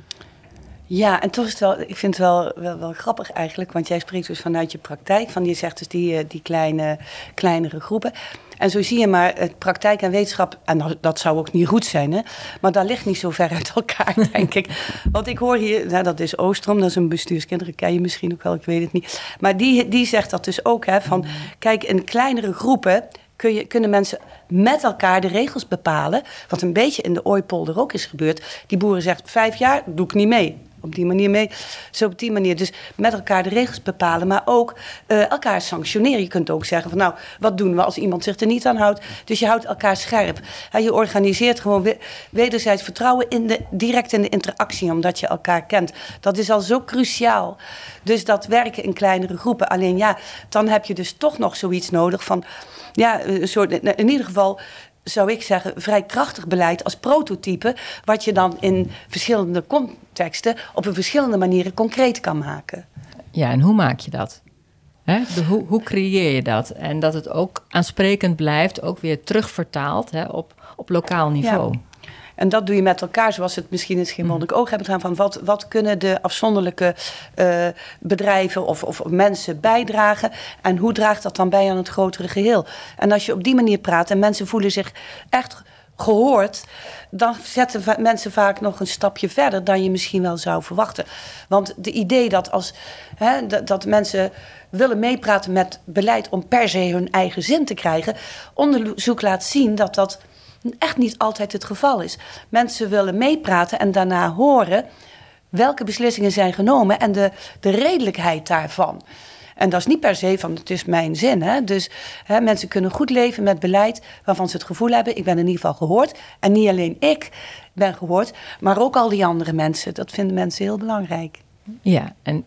Ja, en toch is het wel, ik vind het wel, wel, wel grappig eigenlijk, want jij spreekt dus vanuit je praktijk, van je zegt dus die, die kleine, kleinere groepen. En zo zie je maar, het praktijk en wetenschap, en dat zou ook niet goed zijn, hè, maar dat ligt niet zo ver uit elkaar, denk ik. Want ik hoor hier, nou, dat is Oostrom, dat is een bestuurskinderen, ken je misschien ook wel, ik weet het niet. Maar die, die zegt dat dus ook, hè, van kijk, in kleinere groepen kun je, kunnen mensen met elkaar de regels bepalen. Wat een beetje in de Ooypolder ook is gebeurd. Die boeren zegt, vijf jaar doe ik niet mee. Op die manier mee. Zo op die manier. Dus met elkaar de regels bepalen, maar ook uh, elkaar sanctioneren. Je kunt ook zeggen van nou, wat doen we als iemand zich er niet aan houdt? Dus je houdt elkaar scherp. Ja, je organiseert gewoon we- wederzijds vertrouwen in de, direct in de interactie, omdat je elkaar kent. Dat is al zo cruciaal. Dus dat werken in kleinere groepen. Alleen ja, dan heb je dus toch nog zoiets nodig van, ja, een soort, in ieder geval zou ik zeggen, vrij krachtig beleid als prototype, wat je dan in verschillende contexten op een verschillende manieren concreet kan maken. Ja, en hoe maak je dat? Hè? De, hoe, hoe creëer je dat? En dat het ook aansprekend blijft, ook weer terugvertaald hè, op, op lokaal niveau. Ja. En dat doe je met elkaar, zoals het misschien in Schiermonnikoog oog hebben gedaan. Van wat, wat kunnen de afzonderlijke uh, bedrijven of, of mensen bijdragen? En hoe draagt dat dan bij aan het grotere geheel? En als je op die manier praat en mensen voelen zich echt gehoord, dan zetten va- mensen vaak nog een stapje verder dan je misschien wel zou verwachten. Want de idee dat als hè, dat, dat mensen willen meepraten met beleid om per se hun eigen zin te krijgen, onderzoek laat zien dat dat echt niet altijd het geval is. Mensen willen meepraten en daarna horen welke beslissingen zijn genomen en de, de redelijkheid daarvan. En dat is niet per se van het is mijn zin. Hè? Dus hè, mensen kunnen goed leven met beleid waarvan ze het gevoel hebben, ik ben in ieder geval gehoord. En niet alleen ik ben gehoord, maar ook al die andere mensen. Dat vinden mensen heel belangrijk. Ja, en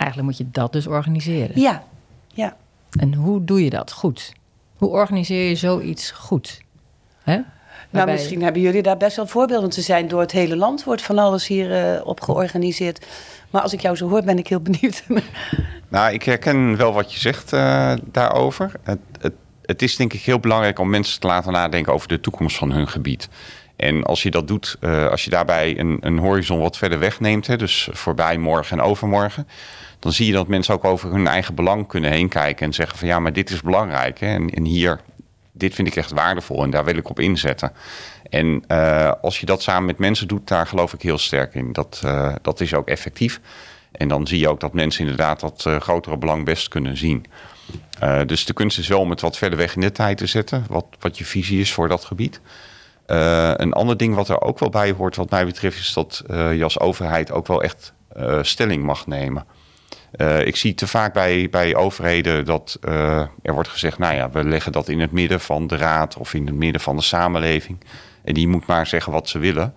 Eigenlijk moet je dat dus organiseren. Ja, ja. En hoe doe je dat goed? Hoe organiseer je zoiets goed? Hè? Nou, Waarbij... misschien hebben jullie daar best wel voorbeelden te zijn. Door het hele land wordt van alles hier uh, op georganiseerd. Maar als ik jou zo hoor, ben ik heel benieuwd. Nou, ik herken wel wat je zegt uh, daarover. Het, het, het is denk ik heel belangrijk om mensen te laten nadenken over de toekomst van hun gebied. En als je dat doet, uh, als je daarbij een, een horizon wat verder wegneemt, hè, dus voorbij morgen en overmorgen, dan zie je dat mensen ook over hun eigen belang kunnen heen kijken en zeggen van ja, maar dit is belangrijk. Hè, en, en hier, dit vind ik echt waardevol en daar wil ik op inzetten. En uh, als je dat samen met mensen doet, daar geloof ik heel sterk in. Dat, uh, dat is ook effectief. En dan zie je ook dat mensen inderdaad dat uh, grotere belang best kunnen zien. Uh, dus de kunst is wel om het wat verder weg in de tijd te zetten. Wat, wat je visie is voor dat gebied. Uh, een ander ding wat er ook wel bij hoort wat mij betreft is dat uh, je als overheid ook wel echt uh, stelling mag nemen. Uh, ik zie te vaak bij, bij overheden dat uh, er wordt gezegd, nou ja, we leggen dat in het midden van de raad of in het midden van de samenleving. En die moet maar zeggen wat ze willen.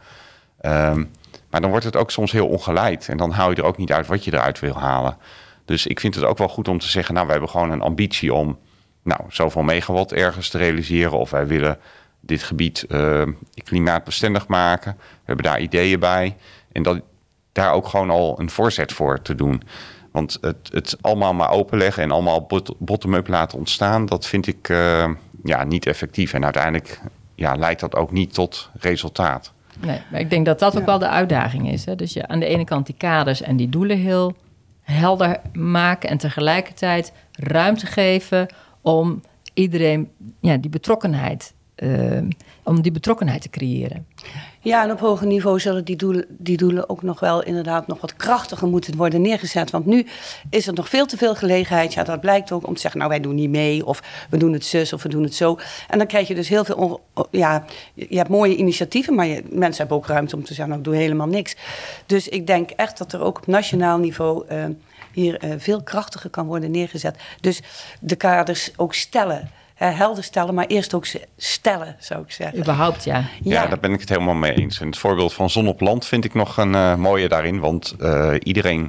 Um, maar dan wordt het ook soms heel ongeleid. En dan hou je er ook niet uit wat je eruit wil halen. Dus ik vind het ook wel goed om te zeggen, nou, we hebben gewoon een ambitie om nou, zoveel megawatt ergens te realiseren. Of wij willen dit gebied uh, klimaatbestendig maken. We hebben daar ideeën bij. En dat, daar ook gewoon al een voorzet voor te doen. Want het, het allemaal maar openleggen en allemaal bottom-up laten ontstaan, dat vind ik uh, ja, niet effectief. En uiteindelijk ja, leidt dat ook niet tot resultaat. Nee, maar ik denk dat dat ook Ja. wel de uitdaging is. Hè? Dus je aan de ene kant die kaders en die doelen heel helder maken en tegelijkertijd ruimte geven om iedereen ja, die betrokkenheid, uh, om die betrokkenheid te creëren. Ja, en op hoger niveau zullen die doelen, die doelen ook nog wel inderdaad nog wat krachtiger moeten worden neergezet. Want nu is er nog veel te veel gelegenheid. Ja, dat blijkt ook om te zeggen, nou wij doen niet mee. Of we doen het zus of we doen het zo. En dan krijg je dus heel veel, on, ja, je hebt mooie initiatieven. Maar je, mensen hebben ook ruimte om te zeggen, nou ik doe helemaal niks. Dus ik denk echt dat er ook op nationaal niveau uh, hier uh, veel krachtiger kan worden neergezet. Dus de kaders ook stellen. Uh, helder stellen, maar eerst ook stellen, zou ik zeggen. Überhaupt, ja. Ja, ja, daar ben ik het helemaal mee eens. En het voorbeeld van Zon op Land vind ik nog een uh, mooie daarin. Want uh, iedereen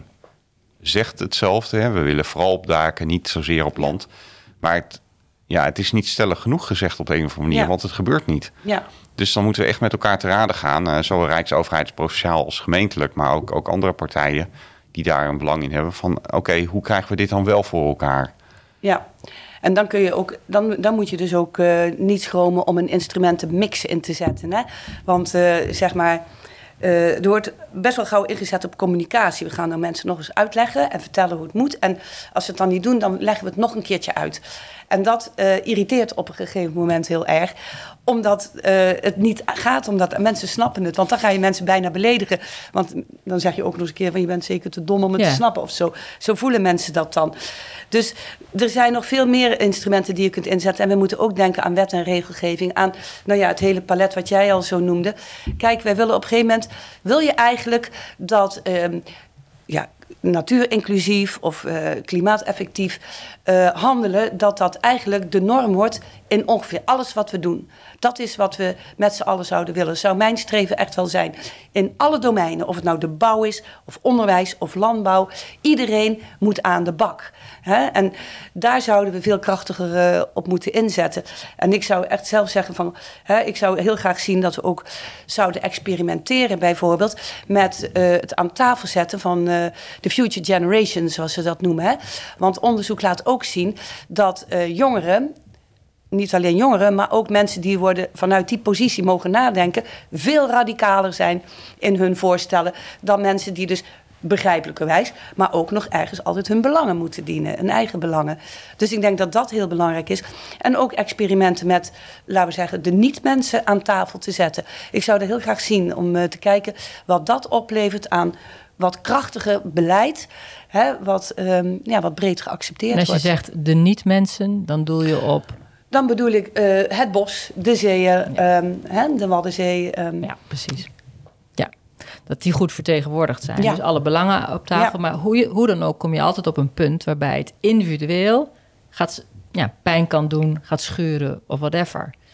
zegt hetzelfde. Hè. We willen vooral op daken, niet zozeer op land. Maar het, ja, het is niet stellig genoeg gezegd op een of andere manier, ja. Want het gebeurt niet. Ja. Dus dan moeten we echt met elkaar te raden gaan. Uh, zowel Rijksoverheid, provinciaal als gemeentelijk, maar ook, ook andere partijen die daar een belang in hebben. Van oké, okay, hoe krijgen we dit dan wel voor elkaar? Ja. En dan, kun je ook, dan, dan moet je dus ook uh, niet schromen om een instrumentenmix in te zetten. Hè? Want uh, zeg maar, uh, er wordt best wel gauw ingezet op communicatie. We gaan dan mensen nog eens uitleggen en vertellen hoe het moet. En als ze het dan niet doen, dan leggen we het nog een keertje uit. En dat uh, irriteert op een gegeven moment heel erg. Omdat uh, het niet gaat, omdat mensen snappen het. Want dan ga je mensen bijna beledigen. Want dan zeg je ook nog eens een keer van je bent zeker te dom om het ja. te snappen of zo. Zo voelen mensen dat dan. Dus er zijn nog veel meer instrumenten die je kunt inzetten. En we moeten ook denken aan wet en regelgeving. Aan nou ja, het hele palet wat jij al zo noemde. Kijk, wij willen op een gegeven moment, wil je eigenlijk dat Um, ja, natuurinclusief of uh, klimaateffectief uh, handelen, dat dat eigenlijk de norm wordt in ongeveer alles wat we doen. Dat is wat we met z'n allen zouden willen. Zou mijn streven echt wel zijn. In alle domeinen, of het nou de bouw is, of onderwijs, of landbouw. Iedereen moet aan de bak. Hè? En daar zouden we veel krachtiger uh, op moeten inzetten. En ik zou echt zelf zeggen van, hè, ik zou heel graag zien dat we ook zouden experimenteren bijvoorbeeld met uh, het aan tafel zetten van uh, de future generation, zoals ze dat noemen. Hè? Want onderzoek laat ook zien dat uh, jongeren, niet alleen jongeren, maar ook mensen die worden vanuit die positie mogen nadenken, veel radicaler zijn in hun voorstellen dan mensen die dus begrijpelijkerwijs, maar ook nog ergens altijd hun belangen moeten dienen, hun eigen belangen. Dus ik denk dat dat heel belangrijk is. En ook experimenten met, laten we zeggen, de niet-mensen aan tafel te zetten. Ik zou er heel graag zien om uh, te kijken wat dat oplevert aan wat krachtiger beleid, hè, wat, um, ja, wat breed geaccepteerd wordt. En als je wordt. zegt de niet-mensen, dan doel je op? Dan bedoel ik uh, het bos, de zeeën, ja. um, hè, de Waddenzee. Um. Ja, precies. Ja, dat die goed vertegenwoordigd zijn. Ja. Dus alle belangen op tafel. Ja. Maar hoe, je, hoe dan ook kom je altijd op een punt waarbij het individueel gaat, ja, pijn kan doen, gaat schuren of whatever.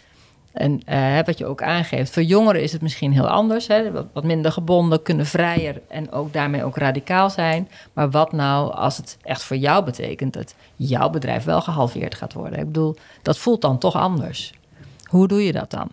En uh, wat je ook aangeeft, voor jongeren is het misschien heel anders. Hè? Wat, wat minder gebonden, kunnen vrijer en ook daarmee ook radicaal zijn. Maar wat nou als het echt voor jou betekent dat jouw bedrijf wel gehalveerd gaat worden? Ik bedoel, dat voelt dan toch anders. Hoe doe je dat dan?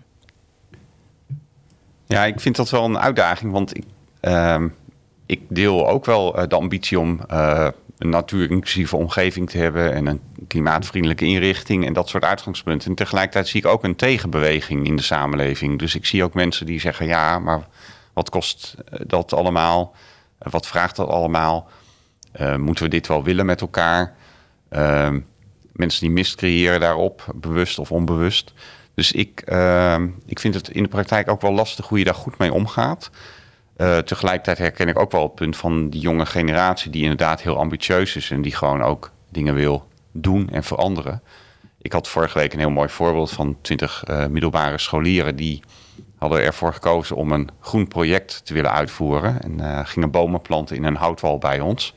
Ja, ik vind dat wel een uitdaging, want ik, uh, ik deel ook wel uh, de ambitie om uh, een natuurinclusieve omgeving te hebben en een klimaatvriendelijke inrichting en dat soort uitgangspunten. En tegelijkertijd zie ik ook een tegenbeweging in de samenleving. Dus ik zie ook mensen die zeggen, ja, maar wat kost dat allemaal? Wat vraagt dat allemaal? Uh, moeten we dit wel willen met elkaar? Uh, mensen die mist creëren daarop, bewust of onbewust. Dus ik, uh, ik vind het in de praktijk ook wel lastig hoe je daar goed mee omgaat. Uh, tegelijkertijd herken ik ook wel het punt van die jonge generatie die inderdaad heel ambitieus is en die gewoon ook dingen wil doen en veranderen. Ik had vorige week een heel mooi voorbeeld van twintig uh, middelbare scholieren die hadden ervoor gekozen om een groen project te willen uitvoeren en uh, gingen bomen planten in een houtwal bij ons.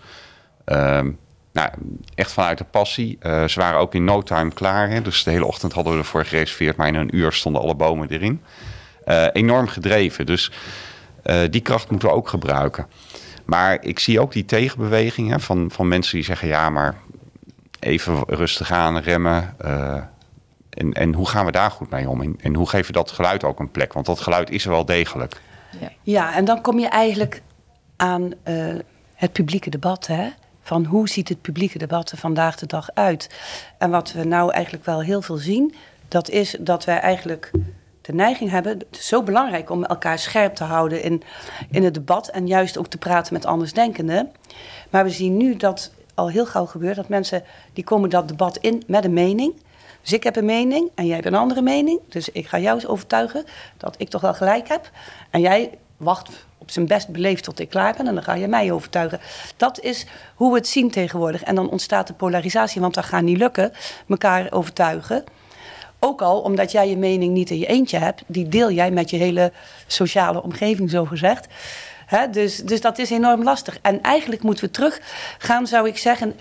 Uh, nou, echt vanuit de passie. Uh, ze waren ook in no time klaar. Hè? Dus de hele ochtend hadden we ervoor gereserveerd, maar in een uur stonden alle bomen erin. Uh, enorm gedreven. Dus uh, die kracht moeten we ook gebruiken. Maar ik zie ook die tegenbeweging hè, van, van mensen die zeggen, ja, maar even rustig aan, remmen. Uh, en, en hoe gaan we daar goed mee om? En, en hoe geven we dat geluid ook een plek? Want dat geluid is er wel degelijk. Ja, ja en dan kom je eigenlijk aan uh, het publieke debat, hè? Van hoe ziet het publieke debat er vandaag de dag uit? En wat we nou eigenlijk wel heel veel zien, dat is dat wij eigenlijk de neiging hebben, het is zo belangrijk om elkaar scherp te houden in, in het debat en juist ook te praten met andersdenkenden. Maar we zien nu dat al heel gauw gebeurt dat mensen, die komen dat debat in met een mening. Dus ik heb een mening en jij hebt een andere mening. Dus ik ga jou eens overtuigen dat ik toch wel gelijk heb. En jij wacht op zijn best beleefd tot ik klaar ben en dan ga je mij overtuigen. Dat is hoe we het zien tegenwoordig. En dan ontstaat de polarisatie, want dat gaat niet lukken, elkaar overtuigen. Ook al omdat jij je mening niet in je eentje hebt, die deel jij met je hele sociale omgeving, zogezegd. Hè, dus, dus dat is enorm lastig. En eigenlijk moeten we terug gaan, zou ik zeggen,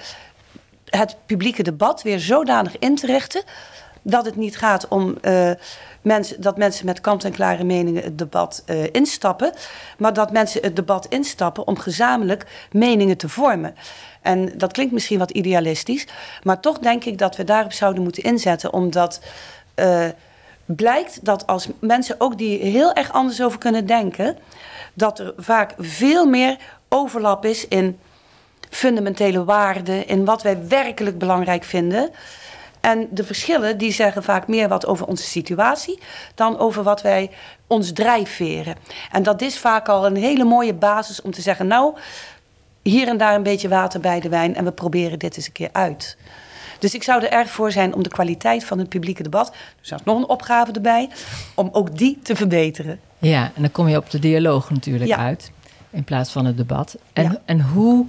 het publieke debat weer zodanig in te richten dat het niet gaat om uh, mensen, dat mensen met kant-en-klare meningen het debat uh, instappen, maar dat mensen het debat instappen om gezamenlijk meningen te vormen. En dat klinkt misschien wat idealistisch, maar toch denk ik dat we daarop zouden moeten inzetten, omdat uh, blijkt dat als mensen ook die heel erg anders over kunnen denken, dat er vaak veel meer overlap is in fundamentele waarden, in wat wij werkelijk belangrijk vinden. En de verschillen die zeggen vaak meer wat over onze situatie dan over wat wij ons drijfveren. En dat is vaak al een hele mooie basis om te zeggen, nou, hier en daar een beetje water bij de wijn en we proberen dit eens een keer uit. Dus ik zou er erg voor zijn om de kwaliteit van het publieke debat, dus er is nog een opgave erbij, om ook die te verbeteren. Ja, en dan kom je op de dialoog natuurlijk ja. uit, in plaats van het debat. En, ja. en hoe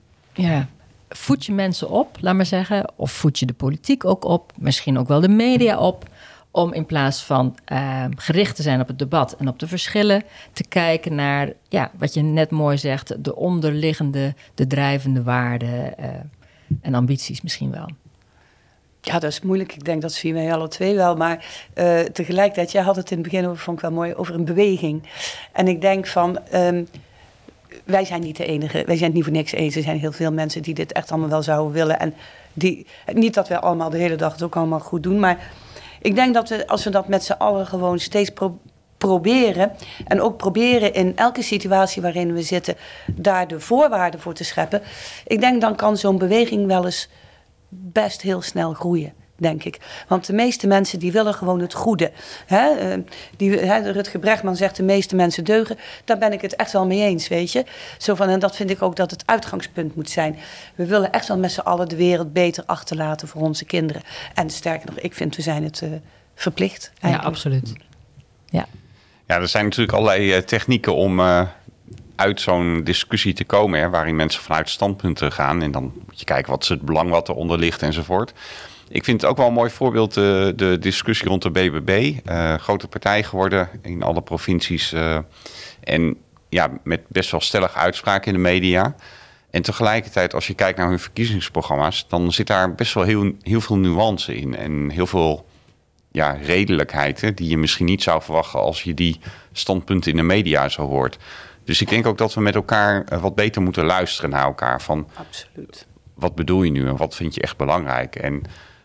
ja, voed je mensen op, laat maar zeggen, of voed je de politiek ook op, misschien ook wel de media op, om in plaats van uh, gericht te zijn op het debat en op de verschillen, te kijken naar, ja, wat je net mooi zegt, de onderliggende, de drijvende waarden uh, en ambities misschien wel. Ja, dat is moeilijk. Ik denk dat zien wij alle twee wel. Maar uh, tegelijkertijd, jij had het in het begin over, vond ik wel mooi, over een beweging. En ik denk van, um, wij zijn niet de enige. Wij zijn het niet voor niks eens. Er zijn heel veel mensen die dit echt allemaal wel zouden willen. En die, niet dat wij allemaal de hele dag het ook allemaal goed doen. Maar ik denk dat we, als we dat met z'n allen gewoon steeds pro- proberen. En ook proberen in elke situatie waarin we zitten, daar de voorwaarden voor te scheppen. Ik denk dan kan zo'n beweging wel eens best heel snel groeien, denk ik. Want de meeste mensen die willen gewoon het goede. Hè? Die, hè, Rutger Bregman zegt de meeste mensen deugen. Daar ben ik het echt wel mee eens, weet je. Zo van, en dat vind ik ook dat het uitgangspunt moet zijn. We willen echt wel met z'n allen de wereld beter achterlaten voor onze kinderen. En sterker nog, ik vind we zijn het uh, verplicht. Eigenlijk. Ja, absoluut. Ja. Ja, er zijn natuurlijk allerlei uh, technieken om Uh... uit zo'n discussie te komen, hè, waarin mensen vanuit standpunten gaan. En dan moet je kijken wat is het belang wat eronder ligt enzovoort. Ik vind het ook wel een mooi voorbeeld, de, de discussie rond de B B B. Uh, grote partij geworden in alle provincies. Uh, en ja, met best wel stellige uitspraken in de media. En tegelijkertijd, als je kijkt naar hun verkiezingsprogramma's, dan zit daar best wel heel, heel veel nuance in. En heel veel ja, redelijkheid, hè, die je misschien niet zou verwachten als je die standpunten in de media zo hoort. Dus ik denk ook dat we met elkaar uh, wat beter moeten luisteren naar elkaar. Van, Absoluut. Wat bedoel je nu en wat vind je echt belangrijk? En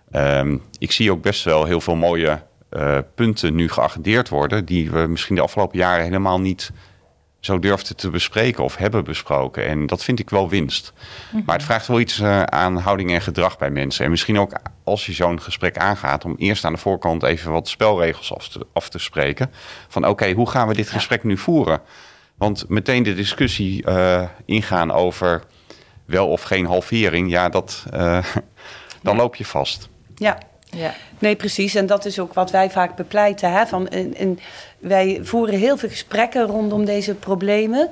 um, ik zie ook best wel heel veel mooie uh, punten nu geagendeerd worden die we misschien de afgelopen jaren helemaal niet zo durfden te bespreken of hebben besproken. En dat vind ik wel winst. Mm-hmm. Maar het vraagt wel iets uh, aan houding en gedrag bij mensen. En misschien ook als je zo'n gesprek aangaat, om eerst aan de voorkant even wat spelregels af te, af te spreken. Van oké, okay, hoe gaan we dit ja. gesprek nu voeren? Want meteen de discussie uh, ingaan over wel of geen halvering, ja, dat, uh, dan ja. loop je vast. Ja. Ja, nee, precies. En dat is ook wat wij vaak bepleiten. Hè? Van, in, in, wij voeren heel veel gesprekken rondom deze problemen.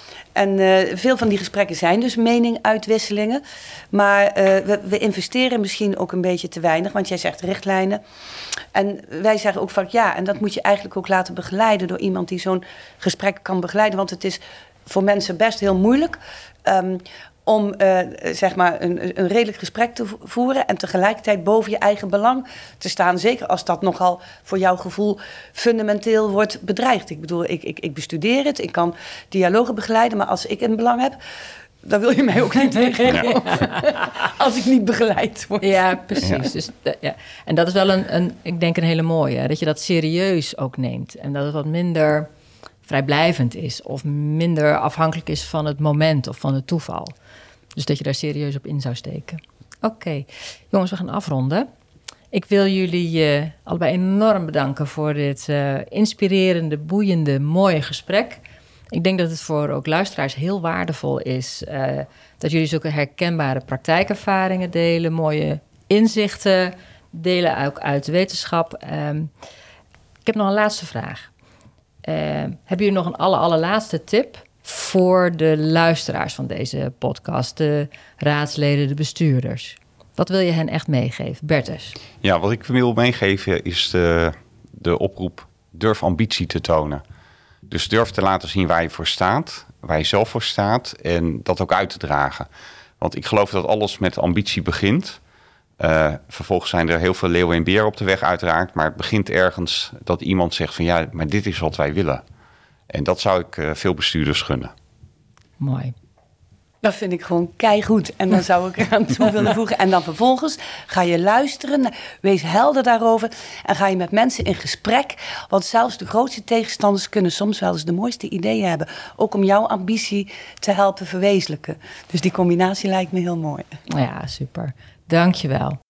En uh, veel van die gesprekken zijn dus meninguitwisselingen. Maar uh, we, we investeren misschien ook een beetje te weinig. Want jij zegt richtlijnen. En wij zeggen ook vaak ja. En dat moet je eigenlijk ook laten begeleiden door iemand die zo'n gesprek kan begeleiden. Want het is voor mensen best heel moeilijk Um, om uh, zeg maar een, een redelijk gesprek te voeren en tegelijkertijd boven je eigen belang te staan. Zeker als dat nogal voor jouw gevoel fundamenteel wordt bedreigd. Ik bedoel, ik, ik, ik bestudeer het, ik kan dialogen begeleiden, maar als ik een belang heb, dan wil je mij ook niet tegenkomen. Ja. Als ik niet begeleid word. Ja, precies. Ja. Dus, uh, ja. En dat is wel een, een, ik denk een hele mooie, dat je dat serieus ook neemt. En dat het wat minder vrijblijvend is of minder afhankelijk is van het moment of van het toeval. Dus dat je daar serieus op in zou steken. Oké, okay. Jongens, we gaan afronden. Ik wil jullie uh, allebei enorm bedanken voor dit uh, inspirerende, boeiende, mooie gesprek. Ik denk dat het voor ook luisteraars heel waardevol is uh, dat jullie zulke herkenbare praktijkervaringen delen, mooie inzichten delen, ook uit de wetenschap. Um, ik heb nog een laatste vraag. Uh, hebben jullie nog een aller, allerlaatste tip voor de luisteraars van deze podcast, de raadsleden, de bestuurders? Wat wil je hen echt meegeven? Bertus? Ja, wat ik wil meegeven is de, de oproep durf ambitie te tonen. Dus durf te laten zien waar je voor staat, waar je zelf voor staat en dat ook uit te dragen. Want ik geloof dat alles met ambitie begint. Uh, vervolgens zijn er heel veel leeuwen en beren op de weg uiteraard, maar het begint ergens dat iemand zegt van ja, maar dit is wat wij willen. En dat zou ik uh, veel bestuurders gunnen. Mooi. Dat vind ik gewoon keigoed. En dan zou ik eraan toe willen voegen. En dan vervolgens ga je luisteren, wees helder daarover en ga je met mensen in gesprek. Want zelfs de grootste tegenstanders kunnen soms wel eens de mooiste ideeën hebben. Ook om jouw ambitie te helpen verwezenlijken. Dus die combinatie lijkt me heel mooi. Ja, super. Dank je wel.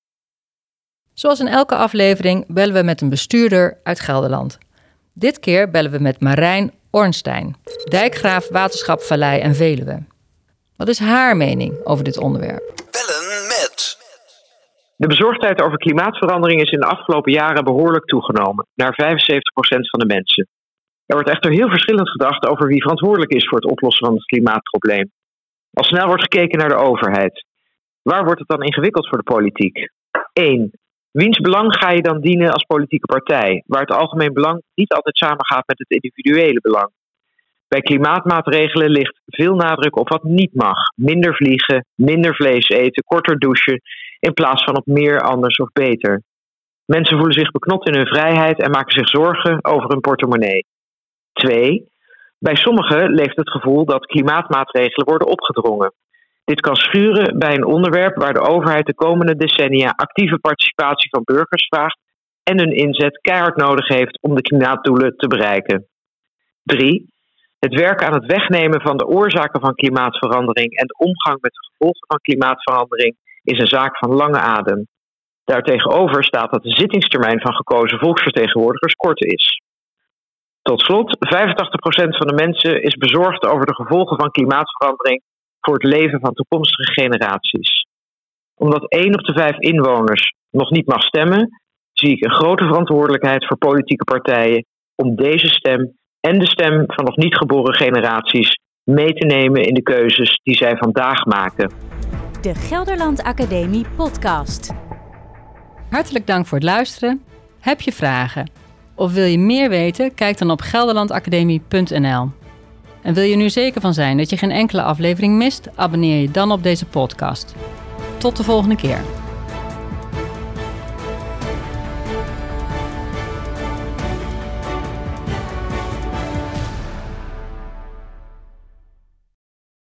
Zoals in elke aflevering bellen we met een bestuurder uit Gelderland. Dit keer bellen we met Marijn Ornstein, dijkgraaf Waterschap Vallei en Veluwe. Wat is haar mening over dit onderwerp? Bellen met. De bezorgdheid over klimaatverandering is in de afgelopen jaren behoorlijk toegenomen, naar vijfenzeventig procent van de mensen. Er wordt echter heel verschillend gedacht over wie verantwoordelijk is voor het oplossen van het klimaatprobleem. Al snel wordt gekeken naar de overheid. Waar wordt het dan ingewikkeld voor de politiek? één. Wiens belang ga je dan dienen als politieke partij, waar het algemeen belang niet altijd samengaat met het individuele belang? Bij klimaatmaatregelen ligt veel nadruk op wat niet mag. Minder vliegen, minder vlees eten, korter douchen, in plaats van op meer, anders of beter. Mensen voelen zich beknot in hun vrijheid en maken zich zorgen over hun portemonnee. twee. Bij sommigen leeft het gevoel dat klimaatmaatregelen worden opgedrongen. Dit kan schuren bij een onderwerp waar de overheid de komende decennia actieve participatie van burgers vraagt en hun inzet keihard nodig heeft om de klimaatdoelen te bereiken. drie. Het werken aan het wegnemen van de oorzaken van klimaatverandering en de omgang met de gevolgen van klimaatverandering is een zaak van lange adem. Daartegenover staat dat de zittingstermijn van gekozen volksvertegenwoordigers kort is. Tot slot, vijfentachtig procent van de mensen is bezorgd over de gevolgen van klimaatverandering voor het leven van toekomstige generaties. Omdat één op de vijf inwoners nog niet mag stemmen, zie ik een grote verantwoordelijkheid voor politieke partijen om deze stem en de stem van nog niet geboren generaties mee te nemen in de keuzes die zij vandaag maken. De Gelderland Academie podcast. Hartelijk dank voor het luisteren. Heb je vragen? Of wil je meer weten? Kijk dan op gelderlandacademie punt n l. En wil je nu zeker van zijn dat je geen enkele aflevering mist? Abonneer je dan op deze podcast. Tot de volgende keer.